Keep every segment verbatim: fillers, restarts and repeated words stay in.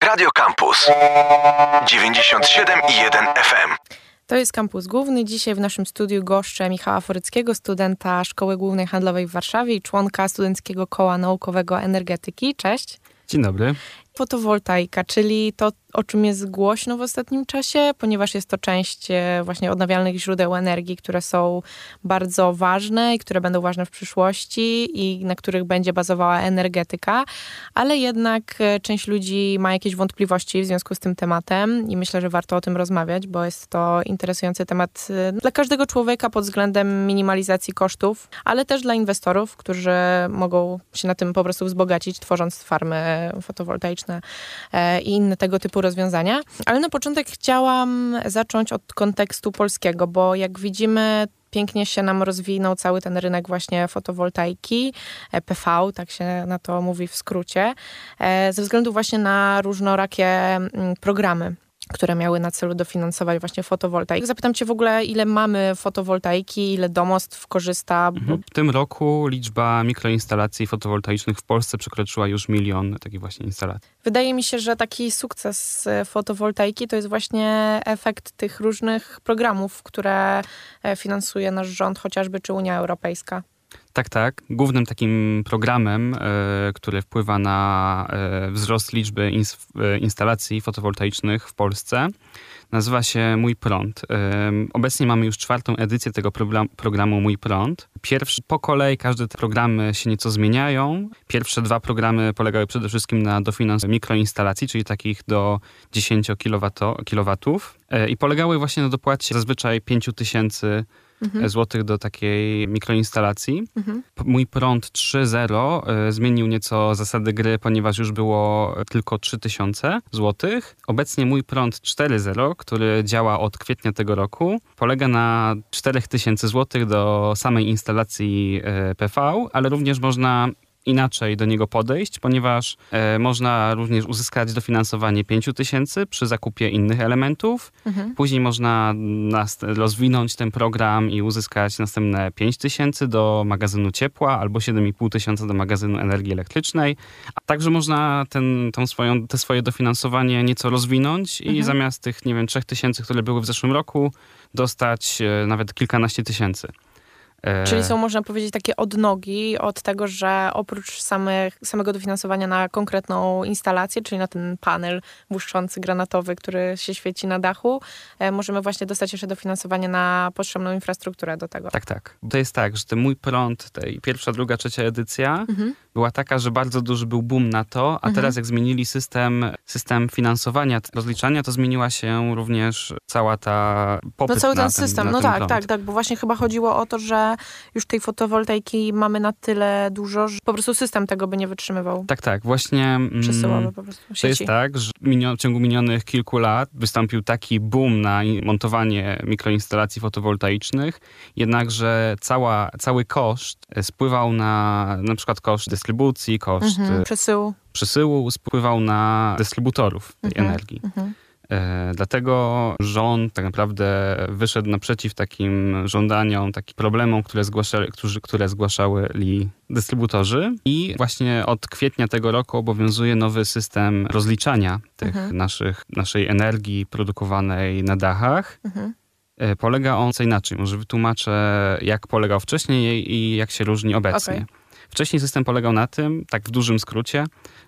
Radio Campus dziewięćdziesiąt siedem i jeden F M. To jest Kampus Główny. Dzisiaj w naszym studiu goszczę Michała Foryckiego, studenta Szkoły Głównej Handlowej w Warszawie i członka Studenckiego Koła Naukowego Energetyki. Cześć. Dzień dobry. Fotowoltaika, czyli to, o czym jest głośno w ostatnim czasie, ponieważ jest to część właśnie odnawialnych źródeł energii, które są bardzo ważne i które będą ważne w przyszłości i na których będzie bazowała energetyka, ale jednak część ludzi ma jakieś wątpliwości w związku z tym tematem i myślę, że warto o tym rozmawiać, bo jest to interesujący temat dla każdego człowieka pod względem minimalizacji kosztów, ale też dla inwestorów, którzy mogą się na tym po prostu wzbogacić, tworząc farmy fotowoltaiczne i inne tego typu rozwiązania. Ale na początek chciałam zacząć od kontekstu polskiego, bo jak widzimy, pięknie się nam rozwinął cały ten rynek właśnie fotowoltaiki, P V, tak się na to mówi w skrócie, ze względu właśnie na różnorakie programy, które miały na celu dofinansować właśnie fotowoltaik. Zapytam cię w ogóle, ile mamy fotowoltaiki, ile domostw korzysta? Mhm. W tym roku liczba mikroinstalacji fotowoltaicznych w Polsce przekroczyła już milion takich właśnie instalacji. Wydaje mi się, że taki sukces fotowoltaiki to jest właśnie efekt tych różnych programów, które finansuje nasz rząd, chociażby czy Unia Europejska. Tak, tak. Głównym takim programem, y, który wpływa na y, wzrost liczby ins- y, instalacji fotowoltaicznych w Polsce, nazywa się Mój Prąd. Y, obecnie mamy już czwartą edycję tego program- programu Mój Prąd. Pierwszy, po kolei każde te programy się nieco zmieniają. Pierwsze dwa programy polegały przede wszystkim na dofinansowaniu mikroinstalacji, czyli takich do dziesięć kilowatów y, i polegały właśnie na dopłacie zazwyczaj pięć tysięcy Mhm. złotych do takiej mikroinstalacji. Mhm. Mój Prąd trzy zero y, zmienił nieco zasady gry, ponieważ już było tylko trzy tysiące złotych. Obecnie Mój Prąd cztery zero, który działa od kwietnia tego roku, polega na cztery tysiące złotych do samej instalacji y, P V, ale również można inaczej do niego podejść, ponieważ e, można również uzyskać dofinansowanie pięć tysięcy przy zakupie innych elementów. Mhm. Później można nas, rozwinąć ten program i uzyskać następne pięć tysięcy do magazynu ciepła albo siedem i pół tysiąca do magazynu energii elektrycznej. A także można ten, tą swoją, te swoje dofinansowanie nieco rozwinąć mhm. i zamiast tych, nie wiem, trzech tysięcy, które były w zeszłym roku, dostać e, nawet kilkanaście tysięcy. Czyli są, można powiedzieć, takie odnogi od tego, że oprócz samych, samego dofinansowania na konkretną instalację, czyli na ten panel błyszczący, granatowy, który się świeci na dachu, możemy właśnie dostać jeszcze dofinansowanie na potrzebną infrastrukturę do tego. Tak, tak. To jest tak, że ten Mój Prąd, tej pierwsza, druga, trzecia edycja mhm. była taka, że bardzo duży był boom na to, a mhm. teraz jak zmienili system, system finansowania, rozliczania, to zmieniła się również cała ta popyt No cały ten na system, na no ten tak, prąd. tak, tak, bo właśnie chyba chodziło o to, że już tej fotowoltaiki mamy na tyle dużo, że po prostu system tego by nie wytrzymywał. Tak, tak, właśnie przesyłowy po prostu sieci. To jest tak, że minio, w ciągu minionych kilku lat wystąpił taki boom na montowanie mikroinstalacji fotowoltaicznych, jednakże cała, cały koszt spływał na na przykład koszt dystrybucji, koszt mhm, przesyłu. przesyłu spływał na dystrybutorów tej mhm, energii. Mhm. E, dlatego rząd tak naprawdę wyszedł naprzeciw takim żądaniom, takim problemom, które, zgłaszali, którzy, które zgłaszali dystrybutorzy. I właśnie od kwietnia tego roku obowiązuje nowy system rozliczania tych mhm. naszych, naszej energii produkowanej na dachach. Mhm. E, polega on co inaczej. Może wytłumaczę, jak polegał wcześniej i jak się różni obecnie. Okay. Wcześniej system polegał na tym, tak w dużym skrócie,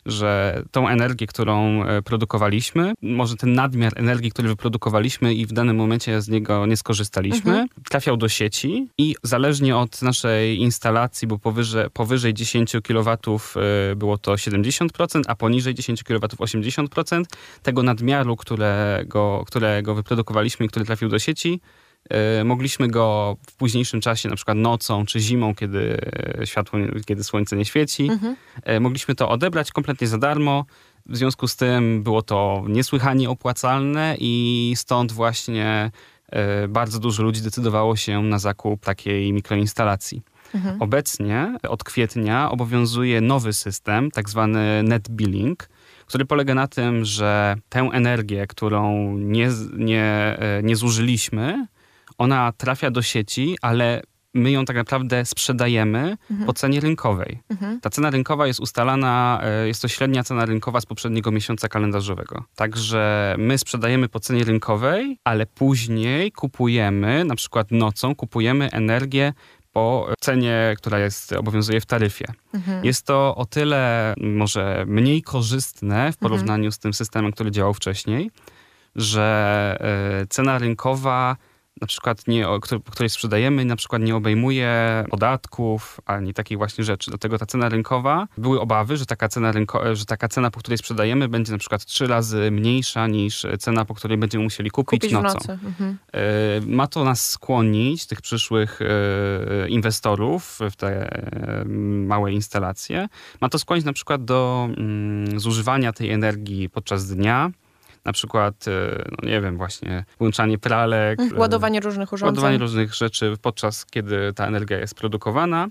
że tą energię, którą produkowaliśmy, może ten nadmiar energii, który wyprodukowaliśmy i w danym momencie z niego nie skorzystaliśmy, mhm. trafiał do sieci i zależnie od naszej instalacji, bo powyżej, powyżej dziesięć kilowatów było to siedemdziesiąt procent, a poniżej dziesięć kilowatów osiemdziesiąt procent tego nadmiaru, którego, którego wyprodukowaliśmy i który trafił do sieci, mogliśmy go w późniejszym czasie, na przykład nocą czy zimą, kiedy światło, kiedy słońce nie świeci, mhm. mogliśmy to odebrać kompletnie za darmo. W związku z tym było to niesłychanie opłacalne i stąd właśnie bardzo dużo ludzi decydowało się na zakup takiej mikroinstalacji. Mhm. Obecnie od kwietnia obowiązuje nowy system, tak zwany net billing, który polega na tym, że tę energię, którą nie, nie, nie zużyliśmy, ona trafia do sieci, ale my ją tak naprawdę sprzedajemy Mhm. po cenie rynkowej. Mhm. Ta cena rynkowa jest ustalana, e, jest to średnia cena rynkowa z poprzedniego miesiąca kalendarzowego. Także my sprzedajemy po cenie rynkowej, ale później kupujemy, na przykład nocą, kupujemy energię po cenie, która jest, obowiązuje w taryfie. Mhm. Jest to o tyle może mniej korzystne w porównaniu mhm. z tym systemem, który działał wcześniej, że e, cena rynkowa, na przykład nie, o której sprzedajemy, na przykład nie obejmuje podatków, ani takich właśnie rzeczy. Dlatego ta cena rynkowa, były obawy, że taka cena, rynko, że taka cena, po której sprzedajemy, będzie na przykład trzy razy mniejsza niż cena, po której będziemy musieli kupić, Kupić nocą. w nocy. Mhm. Ma to nas skłonić, tych przyszłych inwestorów w te małe instalacje, ma to skłonić na przykład do mm, zużywania tej energii podczas dnia. Na przykład, no nie wiem, właśnie włączanie pralek. Ładowanie różnych urządzeń. Ładowanie różnych rzeczy podczas kiedy ta energia jest produkowana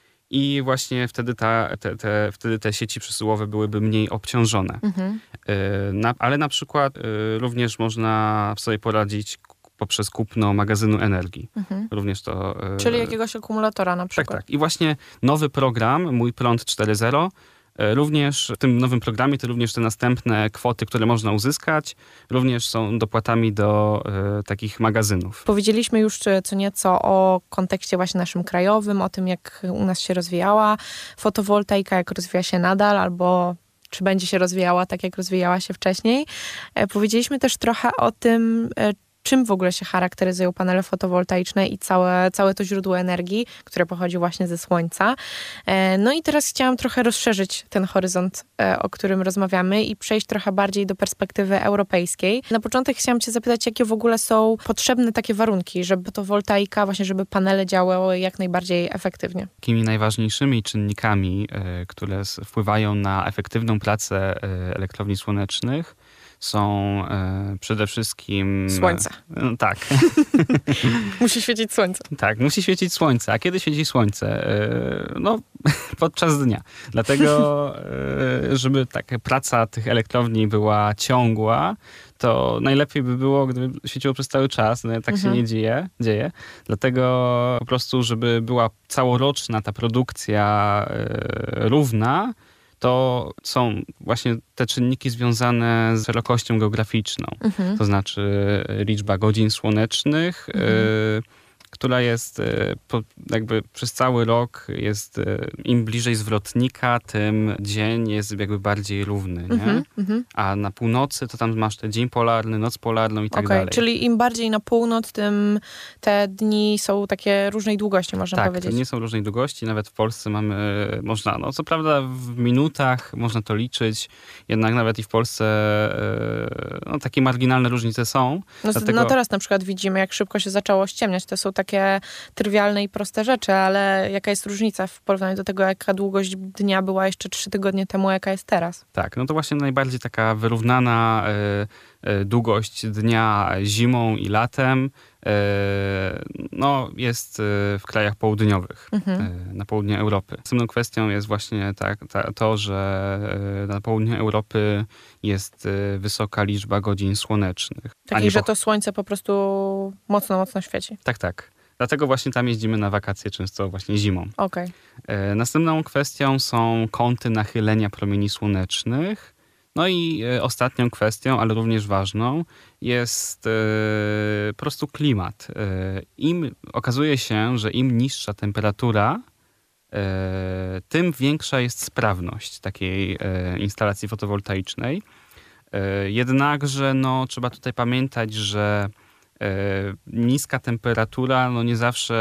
i właśnie wtedy, ta, te, te, wtedy te sieci przesyłowe byłyby mniej obciążone. Mhm. Na, ale na przykład również można sobie poradzić poprzez kupno magazynu energii. Mhm. Również to... Czyli jakiegoś akumulatora na przykład. Tak, tak. I właśnie nowy program, Mój Prąd cztery zero, również w tym nowym programie to również te następne kwoty, które można uzyskać, również są dopłatami do y, takich magazynów. Powiedzieliśmy już co nieco o kontekście właśnie naszym krajowym, o tym jak u nas się rozwijała fotowoltaika, jak rozwija się nadal, albo czy będzie się rozwijała tak, jak rozwijała się wcześniej. E, powiedzieliśmy też trochę o tym, e, czym w ogóle się charakteryzują panele fotowoltaiczne i całe, całe to źródło energii, które pochodzi właśnie ze słońca. No i teraz chciałam trochę rozszerzyć ten horyzont, o którym rozmawiamy i przejść trochę bardziej do perspektywy europejskiej. Na początek chciałam cię zapytać, jakie w ogóle są potrzebne takie warunki, żeby fotowoltaika, właśnie żeby panele działały jak najbardziej efektywnie. Takimi najważniejszymi czynnikami, które wpływają na efektywną pracę elektrowni słonecznych, są e, przede wszystkim... Słońce. No, tak. Musi świecić słońce. Tak, musi świecić słońce. A kiedy świeci słońce? E, no, podczas dnia. Dlatego, e, żeby taka praca tych elektrowni była ciągła, to najlepiej by było, gdyby świeciło przez cały czas. No, tak mhm. się nie dzieje, dzieje. Dlatego po prostu, żeby była całoroczna ta produkcja e, równa, to są właśnie te czynniki związane z szerokością geograficzną. Mhm. To znaczy liczba godzin słonecznych, mhm. y, która jest y, po, jakby przez cały rok jest y, im bliżej zwrotnika, tym dzień jest jakby bardziej równy, nie? Mhm. Mhm. A na północy to tam masz ten dzień polarny, noc polarną i tak okay, dalej. Czyli im bardziej na północ, tym te dni są takie różnej długości, można tak, powiedzieć. Tak, nie są różnej długości. Nawet w Polsce mamy, można, no co prawda w minutach można to liczyć, jednak nawet i w Polsce no, takie marginalne różnice są. No, Dlatego... no teraz na przykład widzimy, jak szybko się zaczęło ściemniać. To są takie trywialne i proste rzeczy, ale jaka jest różnica w porównaniu do tego, jaka długość dnia była jeszcze trzy tygodnie temu, jaka jest teraz? Tak, no to właśnie najbardziej taka wyrównana y, y, długość dnia zimą i latem y, no, jest y, w krajach południowych, mhm. y, na południu Europy. Następną kwestią jest właśnie tak, ta, to, że y, na południu Europy jest y, wysoka liczba godzin słonecznych. Takich, że to słońce po prostu mocno, mocno świeci. Tak, tak. Dlatego właśnie tam jeździmy na wakacje często właśnie zimą. Okay. E, następną kwestią są kąty nachylenia promieni słonecznych. No i e, ostatnią kwestią, ale również ważną, jest e, po prostu klimat. E, im okazuje się, że im niższa temperatura, e, tym większa jest sprawność takiej e, instalacji fotowoltaicznej. E, jednakże no, trzeba tutaj pamiętać, że niska temperatura no nie zawsze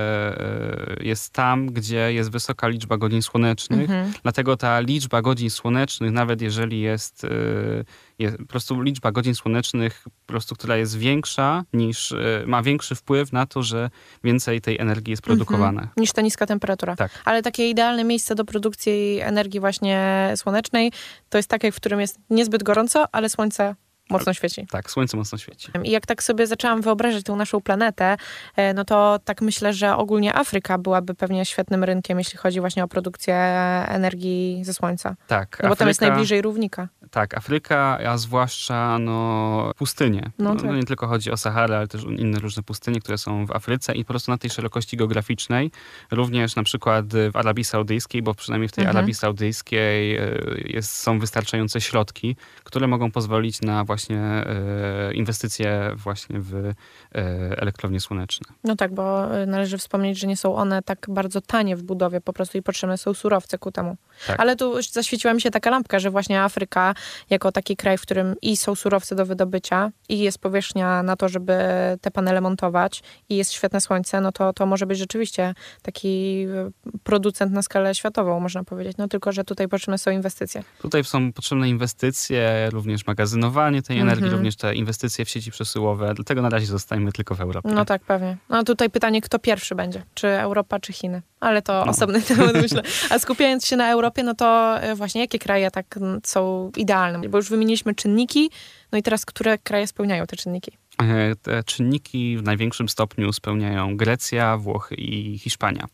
jest tam, gdzie jest wysoka liczba godzin słonecznych. Mhm. Dlatego ta liczba godzin słonecznych, nawet jeżeli jest, jest po prostu liczba godzin słonecznych, po prostu, która jest większa niż, ma większy wpływ na to, że więcej tej energii jest produkowane. Mhm. Niż ta niska temperatura. Tak. Ale takie idealne miejsce do produkcji energii właśnie słonecznej to jest takie, w którym jest niezbyt gorąco, ale słońce mocno świeci. Tak, słońce mocno świeci. I jak tak sobie zaczęłam wyobrażać tą naszą planetę, no to tak myślę, że ogólnie Afryka byłaby pewnie świetnym rynkiem, jeśli chodzi właśnie o produkcję energii ze słońca. Tak. No bo Afryka, tam jest najbliżej równika. Tak, Afryka, a zwłaszcza no, pustynie. No No, tak. no nie tylko chodzi o Saharę, ale też inne różne pustynie, które są w Afryce i po prostu na tej szerokości geograficznej, również na przykład w Arabii Saudyjskiej, bo przynajmniej w tej Mhm. Arabii Saudyjskiej e, jest, są wystarczające środki, które mogą pozwolić na właśnie e, inwestycje właśnie w e, elektrownie słoneczne. No tak, bo y, należy wspomnieć, że nie są one tak bardzo tanie w budowie po prostu i potrzebne są surowce ku temu. Tak. Ale tu już zaświeciła mi się taka lampka, że właśnie Afryka jako taki kraj, w którym i są surowce do wydobycia i jest powierzchnia na to, żeby te panele montować i jest świetne słońce, no to, to może być rzeczywiście taki y, producent na skalę światową, można powiedzieć. No tylko, że tutaj potrzebne są inwestycje. Tutaj są potrzebne inwestycje, również magazynowanie tej Mhm. energii, również te inwestycje w sieci przesyłowe. Dlatego na razie zostajemy tylko w Europie. No tak, pewnie. No tutaj pytanie, kto pierwszy będzie? Czy Europa, czy Chiny? Ale to No. osobny temat, myślę. A skupiając się na Europie, no to e, właśnie jakie kraje tak m, są idealne? Bo już wymieniliśmy czynniki, no i teraz które kraje spełniają te czynniki? E, Te czynniki w największym stopniu spełniają Grecja, Włochy i Hiszpania.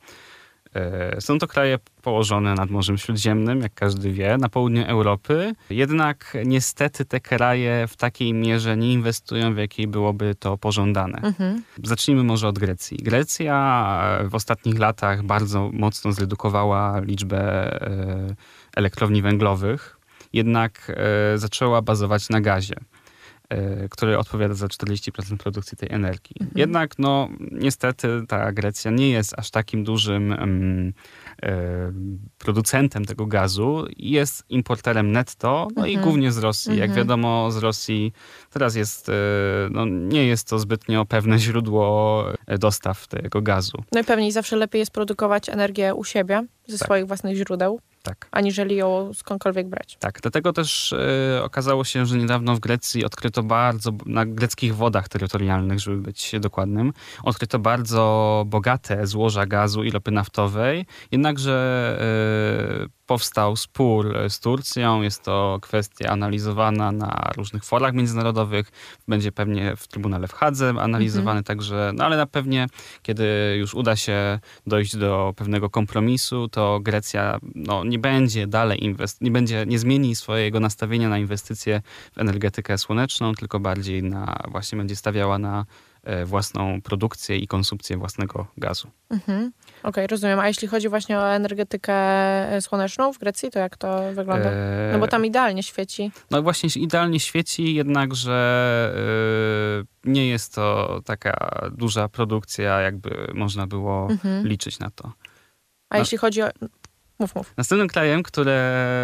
E, Są to kraje położone nad Morzem Śródziemnym, jak każdy wie, na południu Europy. Jednak niestety te kraje w takiej mierze nie inwestują, w jakiej byłoby to pożądane. Mhm. Zacznijmy może od Grecji. Grecja w ostatnich latach bardzo mocno zredukowała liczbę e, elektrowni węglowych, jednak e, zaczęła bazować na gazie, e, który odpowiada za czterdzieści procent produkcji tej energii. Mhm. Jednak no niestety ta Grecja nie jest aż takim dużym em, e, producentem tego gazu i jest importerem netto, no i Mhm. głównie z Rosji. Jak Mhm. wiadomo, z Rosji teraz jest, e, no nie jest to zbytnio pewne źródło e, dostaw tego gazu. No i pewnie zawsze lepiej jest produkować energię u siebie, ze Tak. swoich własnych źródeł, Tak. aniżeli ją skądkolwiek brać. Tak, dlatego też e, okazało się, że niedawno w Grecji odkryto bardzo, na greckich wodach terytorialnych, żeby być dokładnym, odkryto bardzo bogate złoża gazu i ropy naftowej, jednakże e, powstał spór z Turcją, jest to kwestia analizowana na różnych forach międzynarodowych, będzie pewnie w Trybunale w Hadze analizowany Mhm. także, no ale na pewnie, kiedy już uda się dojść do pewnego kompromisu, to Grecja no, nie będzie dalej inwest- nie będzie, nie zmieni swojego nastawienia na inwestycje w energetykę słoneczną, tylko bardziej na, właśnie będzie stawiała na e, własną produkcję i konsumpcję własnego gazu. Mhm. Okej, rozumiem. A jeśli chodzi właśnie o energetykę e, słoneczną w Grecji, to jak to wygląda? E, No bo tam idealnie świeci. No właśnie idealnie świeci, jednakże e, nie jest to taka duża produkcja, jakby można było Mhm. liczyć na to. A jeśli chodzi o... Mów, mów. Następnym krajem, które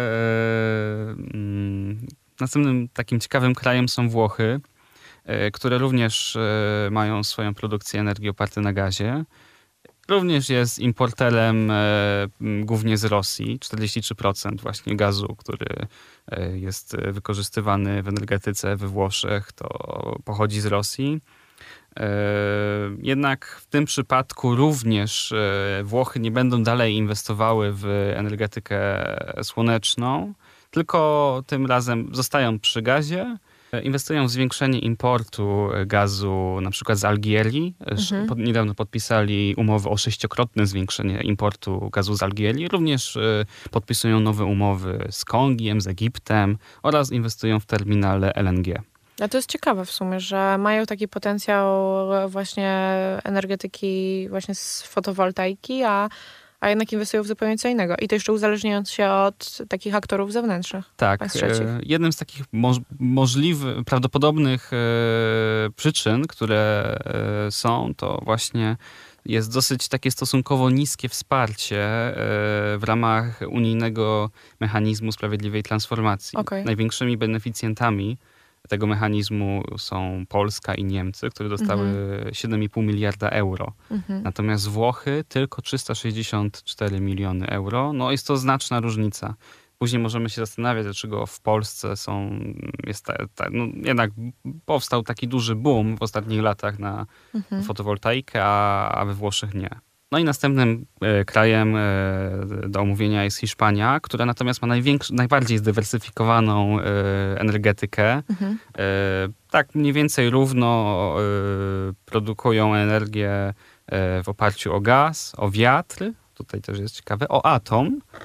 e, mm, następnym takim ciekawym krajem są Włochy, e, które również e, mają swoją produkcję energii opartą na gazie. Również jest importerem e, m, głównie z Rosji. czterdzieści trzy procent właśnie gazu, który e, jest e, wykorzystywany w energetyce we Włoszech, to pochodzi z Rosji. E, Jednak w tym przypadku również e, Włochy nie będą dalej inwestowały w energetykę słoneczną, tylko tym razem zostają przy gazie. E, Inwestują w zwiększenie importu e, gazu na przykład z Algierii. Mhm. Pod, niedawno podpisali umowę o sześciokrotne zwiększenie importu gazu z Algierii. Również e, podpisują nowe umowy z Kongiem, z Egiptem oraz inwestują w terminale L N G. A to jest ciekawe w sumie, że mają taki potencjał właśnie energetyki właśnie z fotowoltaiki, a, a jednak inwestują w zupełnie co innego. I to jeszcze uzależniając się od takich aktorów zewnętrznych. Tak, państw trzecich. e, jednym z takich moż, możliwych, prawdopodobnych e, przyczyn, które e, są, to właśnie jest dosyć takie stosunkowo niskie wsparcie e, w ramach unijnego mechanizmu sprawiedliwej transformacji. Okej. Największymi beneficjentami tego mechanizmu są Polska i Niemcy, które dostały siedem i pół miliarda euro. Mhm. Natomiast Włochy tylko trzysta sześćdziesiąt cztery miliony euro. No jest to znaczna różnica. Później możemy się zastanawiać, dlaczego w Polsce są, jest ta, ta, no jednak powstał taki duży boom w ostatnich latach na Mhm. fotowoltaikę, a, a we Włoszech nie. No i następnym e, krajem e, do omówienia jest Hiszpania, która natomiast ma największy, najbardziej zdywersyfikowaną e, energetykę. Mhm. E, tak mniej więcej równo e, produkują energię e, w oparciu o gaz, o wiatr, tutaj też jest ciekawe, o atom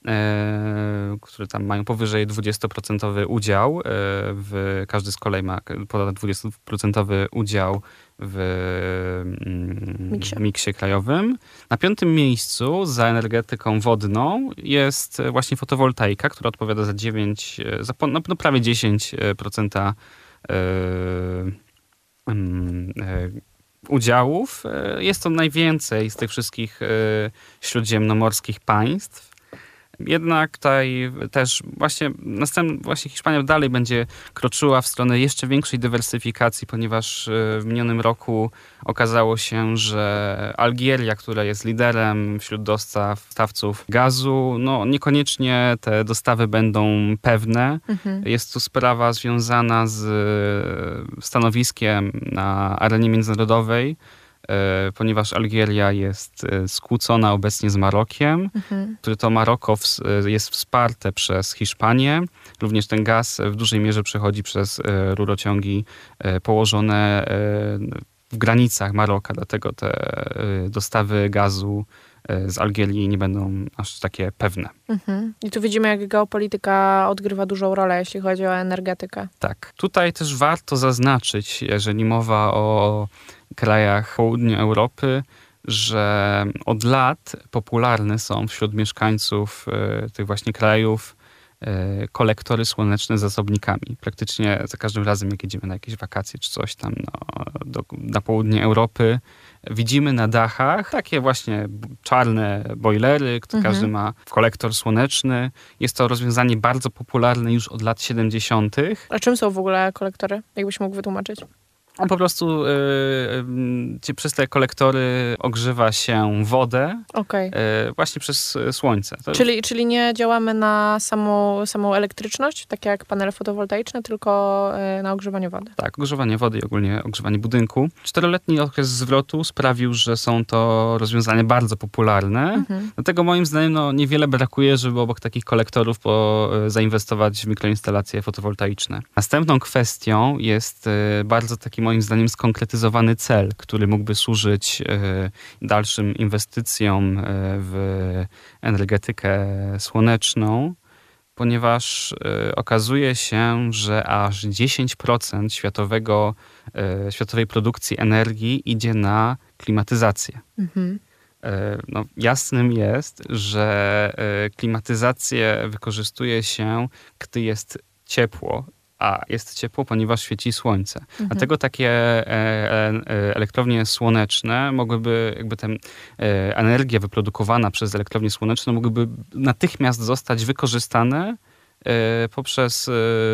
które tam mają powyżej dwudziestu procentów udział, w, każdy z kolei ma ponad dwudziestu procentów udział w miksie. miksie krajowym. Na piątym miejscu za energetyką wodną jest właśnie fotowoltaika, która odpowiada za dziewięć, za no, no prawie dziesięć procent udziałów. Jest to najwięcej z tych wszystkich śródziemnomorskich państw. Jednak tutaj też właśnie następnie właśnie Hiszpania dalej będzie kroczyła w stronę jeszcze większej dywersyfikacji, ponieważ w minionym roku okazało się, że Algieria, która jest liderem wśród dostaw, dostawców gazu, no niekoniecznie te dostawy będą pewne. Mhm. Jest tu sprawa związana z stanowiskiem na arenie międzynarodowej, ponieważ Algieria jest skłócona obecnie z Marokiem, mhm. który to Maroko jest wsparte przez Hiszpanię. Również ten gaz w dużej mierze przechodzi przez rurociągi położone w granicach Maroka, dlatego te dostawy gazu z Algierii nie będą aż takie pewne. Mhm. I tu widzimy, jak geopolityka odgrywa dużą rolę, jeśli chodzi o energetykę. Tak. Tutaj też warto zaznaczyć, jeżeli mowa o krajach południa Europy, że od lat popularne są wśród mieszkańców y, tych właśnie krajów y, kolektory słoneczne z zasobnikami. Praktycznie za każdym razem, jak jedziemy na jakieś wakacje czy coś tam no, do, na południe Europy, widzimy na dachach takie właśnie czarne bojlery, które mhm. każdy ma kolektor słoneczny. Jest to rozwiązanie bardzo popularne już od lat siedemdziesiątych. A czym są w ogóle kolektory? Jakbyś mógł wytłumaczyć? On po prostu y, y, przez te kolektory ogrzewa się wodę okay. y, właśnie przez słońce. To czyli, czyli nie działamy na samą, samą elektryczność, tak jak panele fotowoltaiczne, tylko y, na ogrzewanie wody. Tak, ogrzewanie wody i ogólnie ogrzewanie budynku. Czteroletni okres zwrotu sprawił, że są to rozwiązania bardzo popularne. Mhm. Dlatego moim zdaniem no, niewiele brakuje, żeby obok takich kolektorów po, y, zainwestować w mikroinstalacje fotowoltaiczne. Następną kwestią jest y, bardzo taki moim zdaniem skonkretyzowany cel, który mógłby służyć y, dalszym inwestycjom y, w energetykę słoneczną, ponieważ y, okazuje się, że aż dziesięć procent światowego, y, światowej produkcji energii idzie na klimatyzację. Mhm. Y, no, jasnym jest, że y, klimatyzację wykorzystuje się, gdy jest ciepło. A jest ciepło, ponieważ świeci słońce. Mhm. Dlatego takie e, e, elektrownie słoneczne mogłyby, jakby tę e, energię wyprodukowana przez elektrownie słoneczne mogłyby natychmiast zostać wykorzystane e, poprzez e,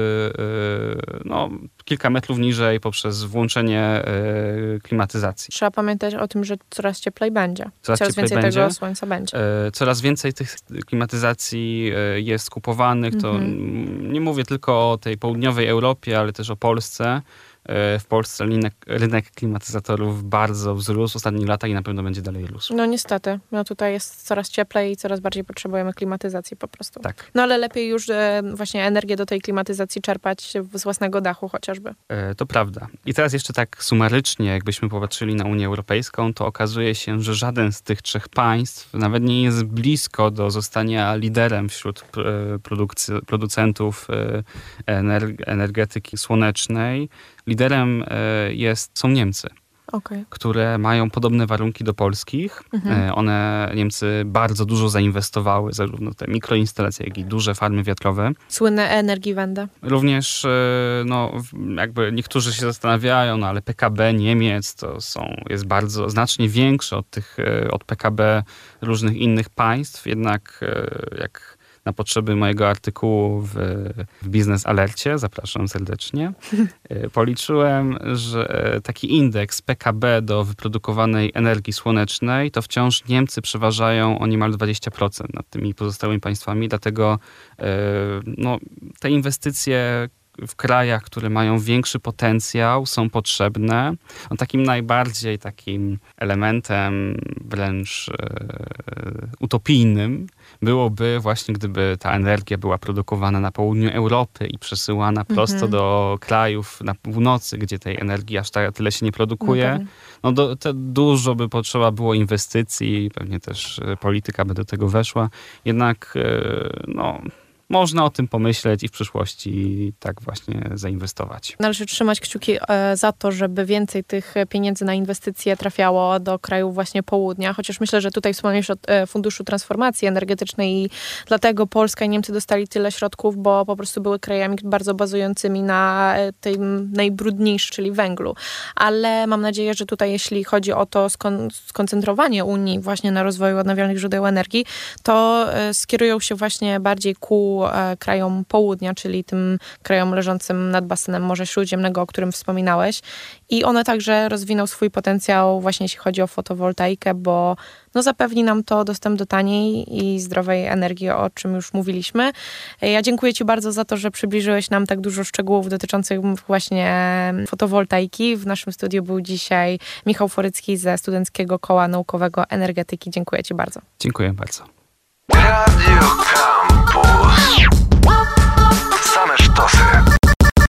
e, no, kilka metrów niżej, poprzez włączenie e, klimatyzacji. Trzeba pamiętać o tym, że coraz cieplej będzie. Coraz, coraz cieplej więcej będzie. tego słońca będzie. E, coraz więcej tych klimatyzacji e, jest kupowanych. To mhm. nie mówię tylko o tej południowej Europie, ale też o Polsce. W Polsce rynek, rynek klimatyzatorów bardzo wzrósł w ostatnich latach i na pewno będzie dalej rósł. No niestety. No tutaj jest coraz cieplej i coraz bardziej potrzebujemy klimatyzacji po prostu. Tak. No ale lepiej już e, właśnie energię do tej klimatyzacji czerpać z własnego dachu chociażby. E, to prawda. I teraz jeszcze tak sumarycznie, jakbyśmy popatrzyli na Unię Europejską, to okazuje się, że żaden z tych trzech państw nawet nie jest blisko do zostania liderem wśród e, produkcji, producentów e, energ- energetyki słonecznej. Liderem jest, są Niemcy, okay. które mają podobne warunki do polskich. Mhm. One, Niemcy, bardzo dużo zainwestowały, zarówno te mikroinstalacje, jak i duże farmy wiatrowe. Słynne Energiewende. Również, no, jakby niektórzy się zastanawiają, no ale P K B Niemiec to są, jest bardzo, znacznie większe od tych, od P K B różnych innych państw, jednak jak na potrzeby mojego artykułu w, w Biznes Alercie, zapraszam serdecznie, policzyłem, że taki indeks P K B do wyprodukowanej energii słonecznej, to wciąż Niemcy przeważają o niemal dwadzieścia procent nad tymi pozostałymi państwami, dlatego no, te inwestycje w krajach, które mają większy potencjał, są potrzebne. No, takim najbardziej takim elementem wręcz e, utopijnym byłoby właśnie, gdyby ta energia była produkowana na południu Europy i przesyłana prosto mhm. do krajów na północy, gdzie tej energii aż tak, tyle się nie produkuje. No, no do, to dużo by potrzeba było inwestycji, pewnie też polityka by do tego weszła. Jednak no, można o tym pomyśleć i w przyszłości tak właśnie zainwestować. Należy trzymać kciuki za to, żeby więcej tych pieniędzy na inwestycje trafiało do krajów właśnie południa, chociaż myślę, że tutaj wspomniałeś o Funduszu Transformacji Energetycznej i dlatego Polska i Niemcy dostali tyle środków, bo po prostu były krajami bardzo bazującymi na tym najbrudniejszym, czyli węglu. Ale mam nadzieję, że tutaj jeśli chodzi o to skon- skoncentrowanie Unii właśnie na rozwoju odnawialnych źródeł energii, to skierują się właśnie bardziej ku krajom południa, czyli tym krajom leżącym nad basenem Morza Śródziemnego, o którym wspominałeś. I one także rozwiną swój potencjał właśnie jeśli chodzi o fotowoltaikę, bo no zapewni nam to dostęp do taniej i zdrowej energii, o czym już mówiliśmy. Ja dziękuję Ci bardzo za to, że przybliżyłeś nam tak dużo szczegółów dotyczących właśnie fotowoltaiki. W naszym studiu był dzisiaj Michał Forycki ze Studenckiego Koła Naukowego Energetyki. Dziękuję Ci bardzo. Dziękuję bardzo. Radio Campus.